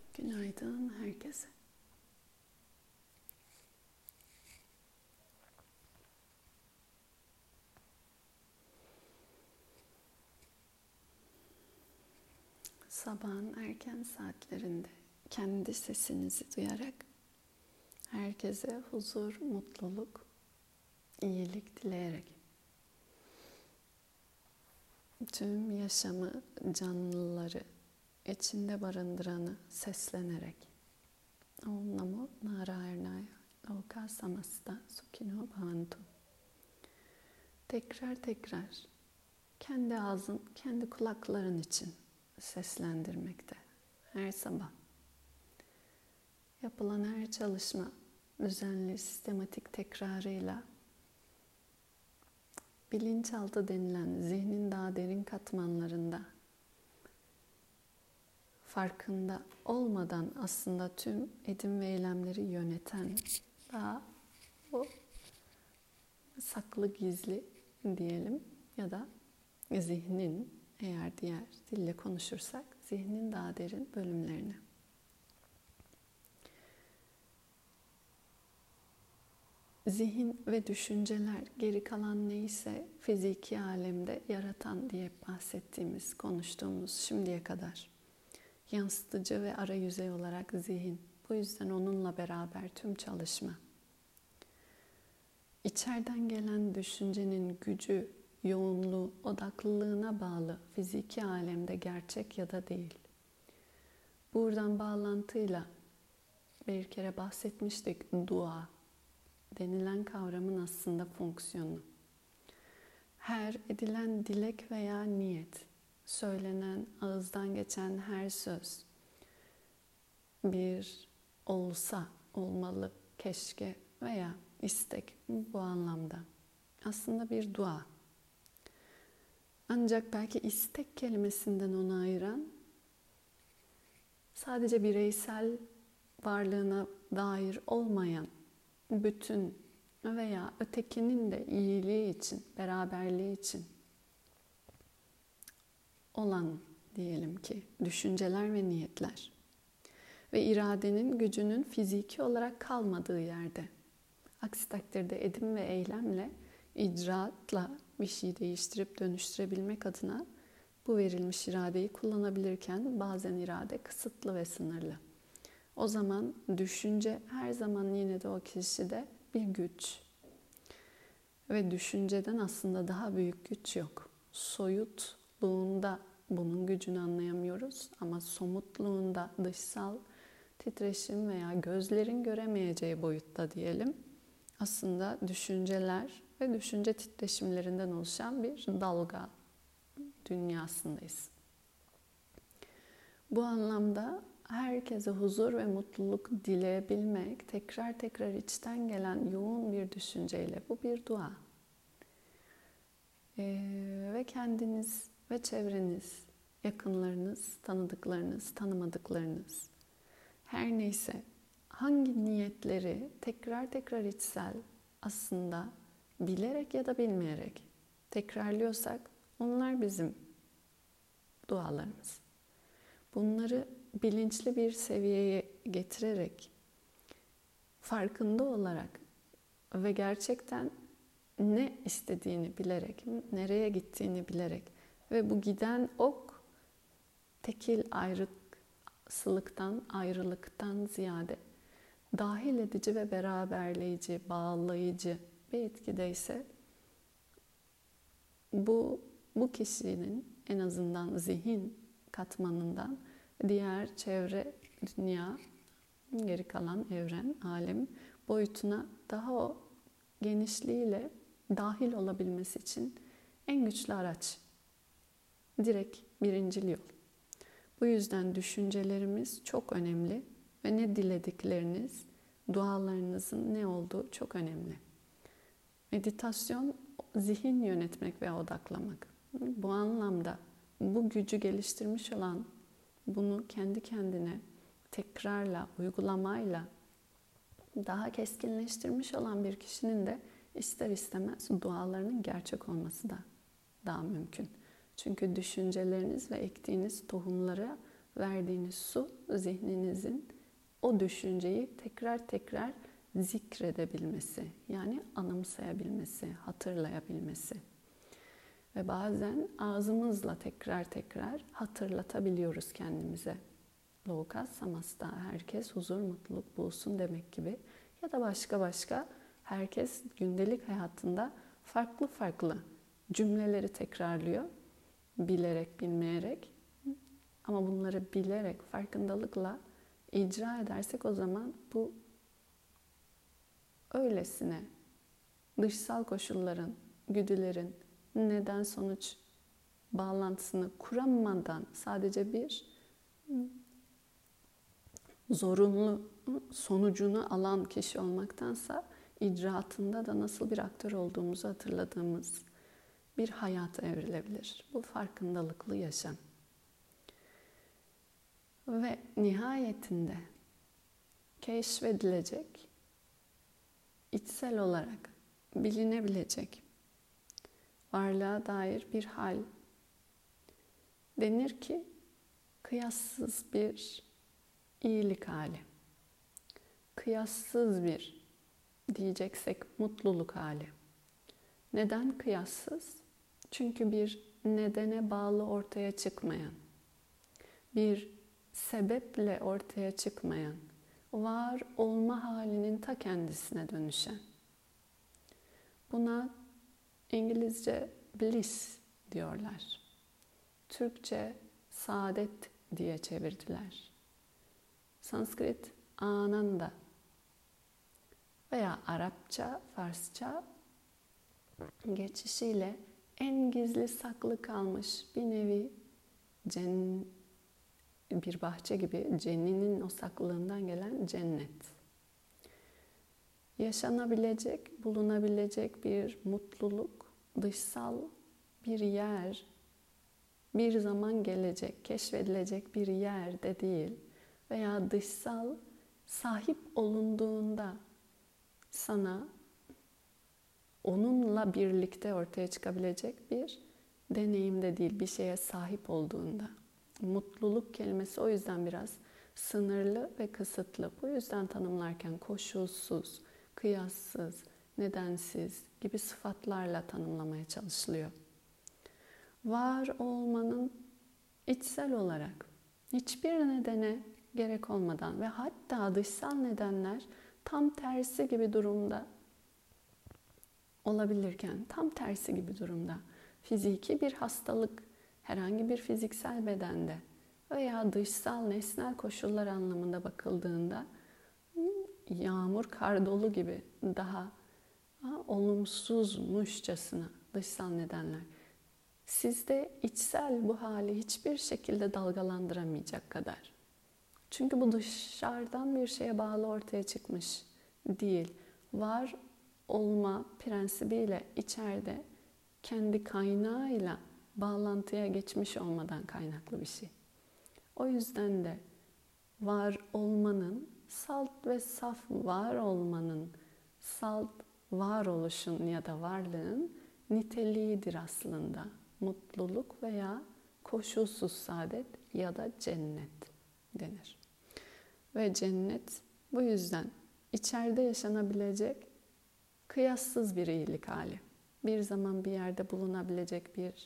Günaydın herkese. Sabahın erken saatlerinde kendi sesinizi duyarak herkese huzur, mutluluk, iyilik dileyerek tüm yaşamı, canlıları içinde barındıranı seslenerek Om Namo Narayanaya Loka Samasta Sukhino Bhavantu. Tekrar kendi ağzın, kendi kulakların için seslendirmekte her sabah. Yapılan her çalışma düzenli, sistematik tekrarıyla bilinçaltı denilen zihnin daha derin katmanlarında farkında olmadan aslında tüm edim ve eylemleri yöneten daha o saklı gizli diyelim ya da zihnin, eğer diğer dille konuşursak zihnin daha derin bölümlerine. Zihin ve düşünceler geri kalan neyse fiziki alemde yaratan diye bahsettiğimiz, konuştuğumuz şimdiye kadar yansıtıcı ve ara yüzey olarak zihin. Bu yüzden onunla beraber tüm çalışma. İçeriden gelen düşüncenin gücü, yoğunluğu, odaklılığına bağlı fiziki alemde gerçek ya da değil. Buradan bağlantıyla bir kere bahsetmiştik, dua denilen kavramın aslında fonksiyonu. Her edilen dilek veya niyet, söylenen, ağızdan geçen her söz bir olsa, olmalı, keşke veya istek bu anlamda. Aslında bir dua. Ancak belki istek kelimesinden onu ayıran sadece bireysel varlığına dair olmayan bütün veya ötekinin de iyiliği için, beraberliği için olan diyelim ki düşünceler ve niyetler ve iradenin gücünün fiziki olarak kalmadığı yerde. Aksi takdirde edim ve eylemle, icraatla bir şey değiştirip dönüştürebilmek adına bu verilmiş iradeyi kullanabilirken bazen irade kısıtlı ve sınırlı. O zaman düşünce her zaman yine de o kişide bir güç. Ve düşünceden aslında daha büyük güç yok. Soyutluğunda bunun gücünü anlayamıyoruz ama somutluğunda, dışsal titreşim veya gözlerin göremeyeceği boyutta diyelim, aslında düşünceler ve düşünce titreşimlerinden oluşan bir dalga dünyasındayız. Bu anlamda herkese huzur ve mutluluk dileyebilmek, tekrar içten gelen yoğun bir düşünceyle, bu bir dua. Ve kendiniz ve çevreniz, yakınlarınız, tanıdıklarınız, tanımadıklarınız, her neyse hangi niyetleri tekrar içsel aslında bilerek ya da bilmeyerek tekrarlıyorsak onlar bizim dualarımız. Bunları bilinçli bir seviyeye getirerek, farkında olarak ve gerçekten ne istediğini bilerek, nereye gittiğini bilerek ve bu giden ok tekil ayrılıktan ziyade dahil edici ve beraberleyici, bağlayıcı bir etkideyse bu kişinin en azından zihin katmanından diğer çevre, dünya, geri kalan evren, alem boyutuna daha o genişliğiyle dahil olabilmesi için en güçlü araç. Direkt birincil yol. Bu yüzden düşüncelerimiz çok önemli ve ne diledikleriniz, dualarınızın ne olduğu çok önemli. Meditasyon, zihin yönetmek ve odaklamak. Bu anlamda bu gücü geliştirmiş olan, bunu kendi kendine tekrarla, uygulamayla daha keskinleştirmiş olan bir kişinin de ister istemez dualarının gerçek olması da daha mümkün. Çünkü düşünceleriniz ve ektiğiniz tohumlara verdiğiniz su zihninizin o düşünceyi tekrar tekrar zikredebilmesi, yani anımsayabilmesi, hatırlayabilmesi. Ve bazen ağzımızla tekrar tekrar hatırlatabiliyoruz kendimize. Loka samasta, herkes huzur, mutluluk bulsun demek gibi. Ya da başka herkes gündelik hayatında farklı farklı cümleleri tekrarlıyor. Bilerek, bilmeyerek. Ama bunları bilerek, farkındalıkla icra edersek o zaman bu öylesine dışsal koşulların, güdülerin neden sonuç bağlantısını kuramadan sadece bir zorunlu sonucunu alan kişi olmaktansa icraatında da nasıl bir aktör olduğumuzu hatırladığımız bir hayata evrilebilir. Bu farkındalıklı yaşam. Ve nihayetinde keşfedilecek, içsel olarak bilinebilecek varlığa dair bir hal. Denir ki kıyassız bir iyilik hali. Kıyassız bir diyeceksek mutluluk hali. Neden kıyassız? Çünkü bir nedene bağlı ortaya çıkmayan, bir sebeple ortaya çıkmayan, var olma halinin ta kendisine dönüşen. Buna İngilizce bliss diyorlar. Türkçe saadet diye çevirdiler. Sanskrit ananda veya Arapça, Farsça geçişiyle en gizli saklı kalmış bir nevi bir bahçe gibi cenninin o saklılığından gelen cennet. Yaşanabilecek, bulunabilecek bir mutluluk, dışsal bir yer, bir zaman gelecek, keşfedilecek bir yer de değil veya dışsal sahip olunduğunda sana onunla birlikte ortaya çıkabilecek bir deneyim de değil, bir şeye sahip olduğunda. Mutluluk kelimesi o yüzden biraz sınırlı ve kısıtlı. Bu yüzden tanımlarken koşulsuz, kıyassız, nedensiz gibi sıfatlarla tanımlamaya çalışılıyor. Var olmanın içsel olarak hiçbir nedene gerek olmadan ve hatta dışsal nedenler tam tersi gibi durumda olabilirken, tam tersi gibi durumda fiziki bir hastalık herhangi bir fiziksel bedende veya dışsal nesnel koşullar anlamında bakıldığında yağmur, kar dolu gibi daha olumsuzmuşçasına dışsal nedenler sizde içsel bu hali hiçbir şekilde dalgalandıramayacak kadar. Çünkü bu dışarıdan bir şeye bağlı ortaya çıkmış değil. Var olma prensibiyle içeride kendi kaynağıyla bağlantıya geçmiş olmadan kaynaklı bir şey. O yüzden de var olmanın, salt ve saf var olmanın, salt varoluşun ya da varlığın niteliğidir aslında. Mutluluk veya koşulsuz saadet ya da cennet denir. Ve cennet bu yüzden içeride yaşanabilecek kıyassız bir iyilik hali. Bir zaman bir yerde bulunabilecek bir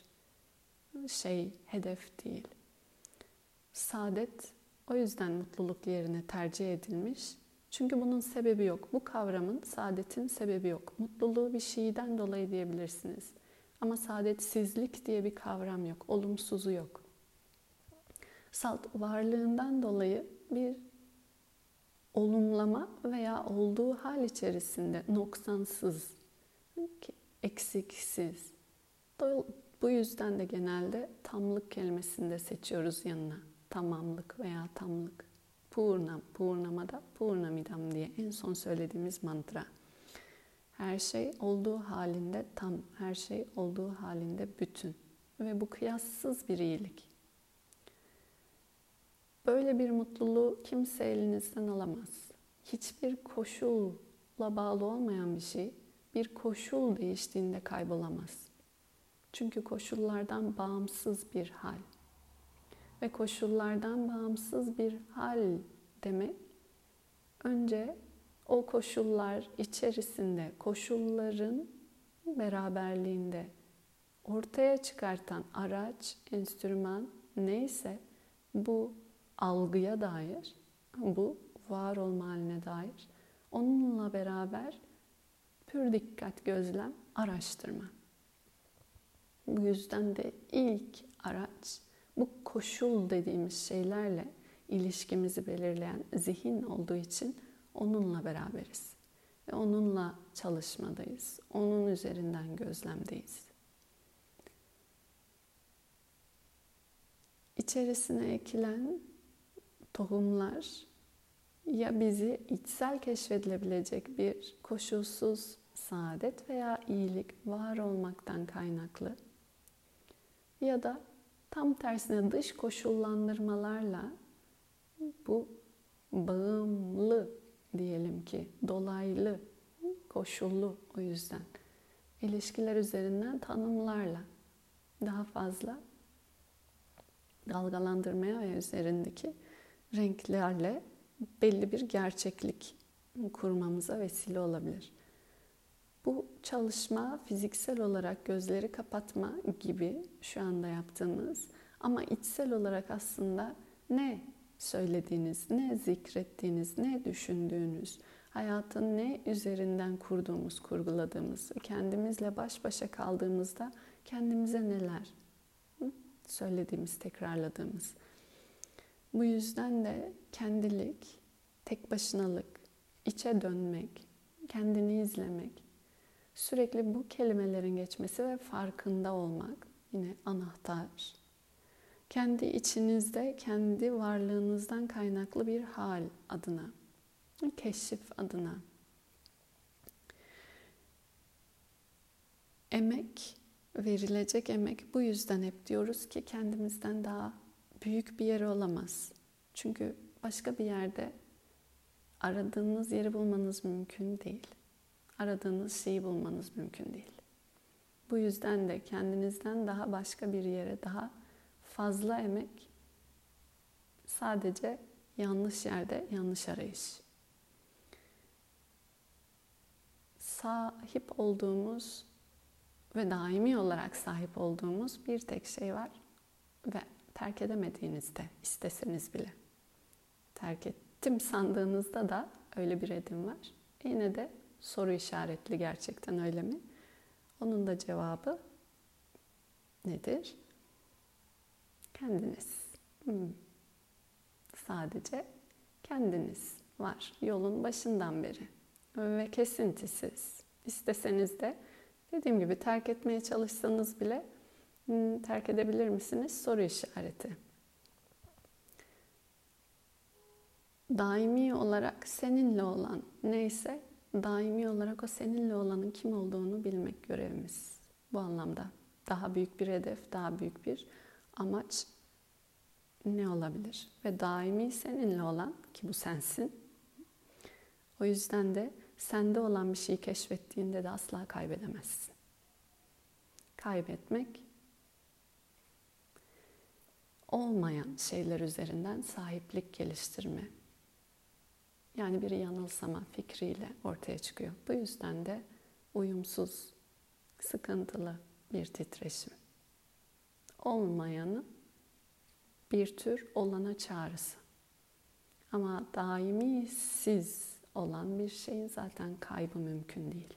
hedef değil. Saadet o yüzden mutluluk yerine tercih edilmiş. Çünkü bunun sebebi yok. Bu kavramın, saadetin sebebi yok. Mutluluğu bir şeyden dolayı diyebilirsiniz. Ama saadetsizlik diye bir kavram yok. Olumsuzu yok. Salt varlığından dolayı bir olumlama veya olduğu hal içerisinde noksansız, eksiksiz. Bu yüzden de genelde tamlık kelimesini de seçiyoruz yanına. Tamamlık veya tamlık. Purnam, purnamada purnamidam diye en son söylediğimiz mantra. Her şey olduğu halinde tam, her şey olduğu halinde bütün. Ve bu kıyassız bir iyilik. Böyle bir mutluluğu kimse elinizden alamaz. Hiçbir koşulla bağlı olmayan bir şey, bir koşul değiştiğinde kaybolamaz. Çünkü koşullardan bağımsız bir hal. ve koşullardan bağımsız bir hal demek, önce o koşullar içerisinde, koşulların beraberliğinde ortaya çıkartan araç, enstrüman neyse bu algıya dair, bu var olma haline dair onunla beraber pür dikkat gözlem, araştırma. Bu yüzden de ilk araç bu koşul dediğimiz şeylerle ilişkimizi belirleyen zihin olduğu için onunla beraberiz. Ve onunla çalışmadayız. Onun üzerinden gözlemdeyiz. İçerisine ekilen tohumlar ya bizi içsel keşfedilebilecek bir koşulsuz saadet veya iyilik var olmaktan kaynaklı ya da tam tersine dış koşullandırmalarla bu bağımlı diyelim ki dolaylı, koşullu o yüzden ilişkiler üzerinden tanımlarla daha fazla dalgalandırmaya ve üzerindeki renklerle belli bir gerçeklik kurmamıza vesile olabilir. Bu çalışma fiziksel olarak gözleri kapatma gibi şu anda yaptığımız ama içsel olarak aslında ne söylediğiniz, ne zikrettiğiniz, ne düşündüğünüz, hayatın ne üzerinden kurduğumuz, kurguladığımız ve kendimizle baş başa kaldığımızda kendimize neler söylediğimiz, tekrarladığımız. Bu yüzden de kendilik, tek başınalık, içe dönmek, kendini izlemek, sürekli bu kelimelerin geçmesi ve farkında olmak yine anahtar. Kendi içinizde, kendi varlığınızdan kaynaklı bir hal adına, keşif adına. Emek, verilecek emek bu yüzden hep diyoruz ki kendimizden daha büyük bir yeri olamaz. Çünkü başka bir yerde aradığınız yeri bulmanız mümkün değil. Aradığınız şeyi bulmanız mümkün değil. Bu yüzden de kendinizden daha başka bir yere daha fazla emek sadece yanlış yerde yanlış arayış. Sahip olduğumuz ve daimi olarak sahip olduğumuz bir tek şey var ve terk edemediğinizde isteseniz bile. Terk ettim sandığınızda da öyle bir edim var. Yine de soru işaretli, gerçekten öyle mi? Onun da cevabı nedir? Kendiniz. Sadece kendiniz var. Yolun başından beri. Ve kesintisiz. İsteseniz de dediğim gibi terk etmeye çalışsanız bile terk edebilir misiniz? Soru işareti. Daimi olarak seninle olan neyse, daimi olarak o seninle olanın kim olduğunu bilmek görevimiz. Bu anlamda daha büyük bir hedef, daha büyük bir amaç ne olabilir? Ve daimi seninle olan, ki bu sensin. O yüzden de sende olan bir şeyi keşfettiğinde de asla kaybedemezsin. Kaybetmek, olmayan şeyler üzerinden sahiplik geliştirme. Yani bir yanılsama fikriyle ortaya çıkıyor. Bu yüzden de uyumsuz, sıkıntılı bir titreşim. Olmayanı bir tür olana çağrısı. Ama daimi siz olan bir şeyin zaten kaybı mümkün değil.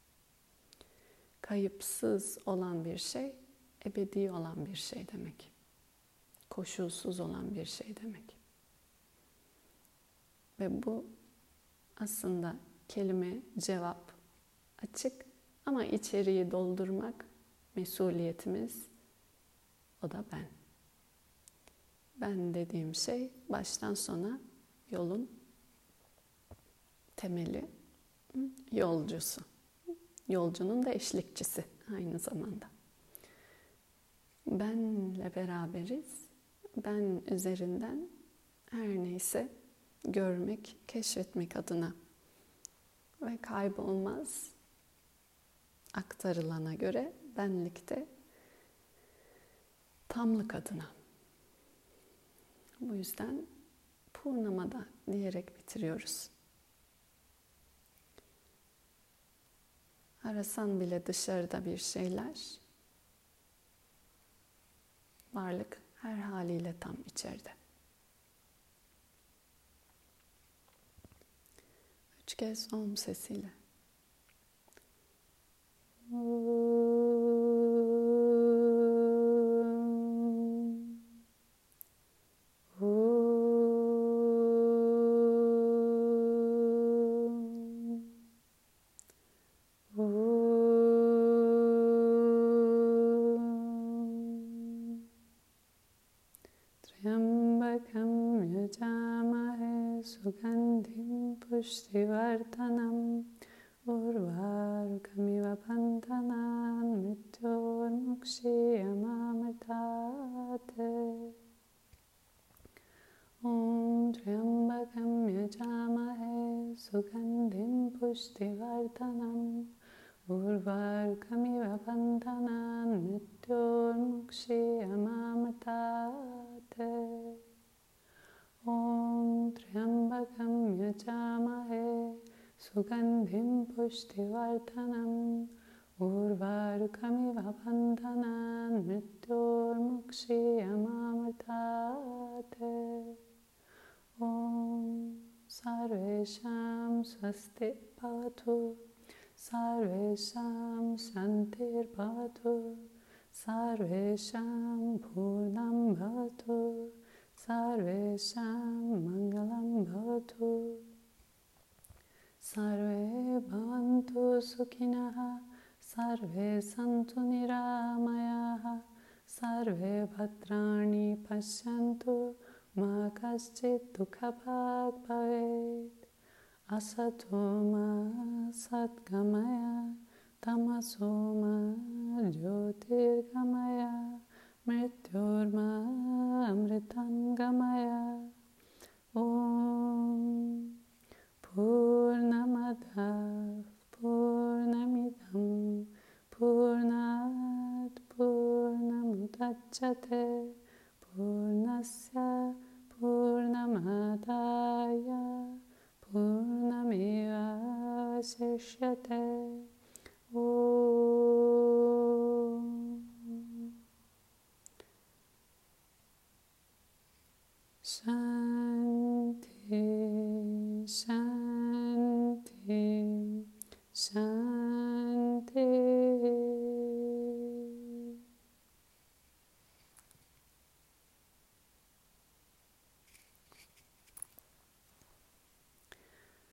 Kayıpsız olan bir şey, ebedi olan bir şey demek. Koşulsuz olan bir şey demek. Ve bu aslında kelime, cevap açık ama içeriği doldurmak mesuliyetimiz, o da ben. Ben dediğim şey baştan sona yolun temeli, yolcusu. Yolcunun da eşlikçisi aynı zamanda. Benle beraberiz. Ben üzerinden her neyse görmek, keşfetmek adına ve kaybolmaz aktarılana göre benlikte tamlık adına. Bu yüzden Purnamada diyerek bitiriyoruz. Arasan bile dışarıda bir şeyler, varlık her haliyle tam içeride. 3 kez Om sesiyle. त्र्यम्बकं यजामहे सुगन्धिं पुष्टिवर्धनम् उर्वारुकमिव बन्धनान् मृत्योर्मुक्षीयमामृतात् ॐ त्र्यम्बकं यजामहे सुगन्धिं पुष्टिवर्धनम् उर्वारुकमिव बन्धनान् मृत्योर्मुक्षीयमामृतात् ॐ त्र्यम्बकं यजामहे सुगन्धिं पुष्टिवर्धनम् उर्वारुकमिव बन्धनान् मृत्योर्मुक्षीयमामृतात् ॐ सर्वेषां स्वस्ति भवतु सर्वेषां शान्तिर्भवतु सर्वेषां पूर्णं भवतु सर्वेषां मङ्गलं भवतु सर्वे भवन्तु सुखिनः सर्वे सन्तु निरामयाः सर्वे भद्राणि पश्यन्तु मा कश्चित् दुःखभाग् भवेत् असतो मा सद्गमय तमसो मा ज्योतिर्गमय मृत्योर्मा अमृतं गमय ॐ पूर्णमदः पूर्णमिदं पूर्णात् पूर्णमुदच्यते पूर्णस्य पूर्णमादाय पूर्णमेवावशिष्यते ॐ शान्ति शान्ति